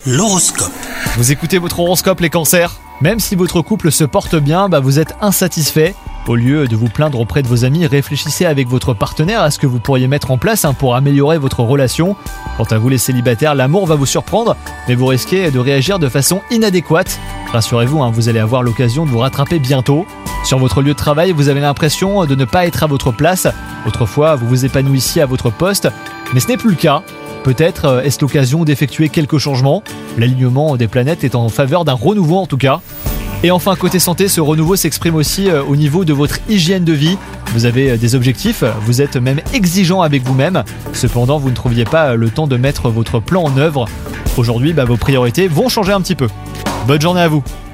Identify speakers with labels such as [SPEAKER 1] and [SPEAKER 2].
[SPEAKER 1] L'horoscope.
[SPEAKER 2] Vous écoutez votre horoscope les cancers ? Même si votre couple se porte bien, vous êtes insatisfait. Au lieu de vous plaindre auprès de vos amis, réfléchissez avec votre partenaire à ce que vous pourriez mettre en place pour améliorer votre relation. Quant à vous les célibataires, l'amour va vous surprendre, mais vous risquez de réagir de façon inadéquate. Rassurez-vous, vous allez avoir l'occasion de vous rattraper bientôt. Sur votre lieu de travail, vous avez l'impression de ne pas être à votre place. Autrefois, vous vous épanouissiez à votre poste, mais ce n'est plus le cas. Peut-être est-ce l'occasion d'effectuer quelques changements. L'alignement des planètes est en faveur d'un renouveau en tout cas. Et enfin, côté santé, ce renouveau s'exprime aussi au niveau de votre hygiène de vie. Vous avez des objectifs, vous êtes même exigeant avec vous-même. Cependant, vous ne trouviez pas le temps de mettre votre plan en œuvre. Aujourd'hui, vos priorités vont changer un petit peu. Bonne journée à vous.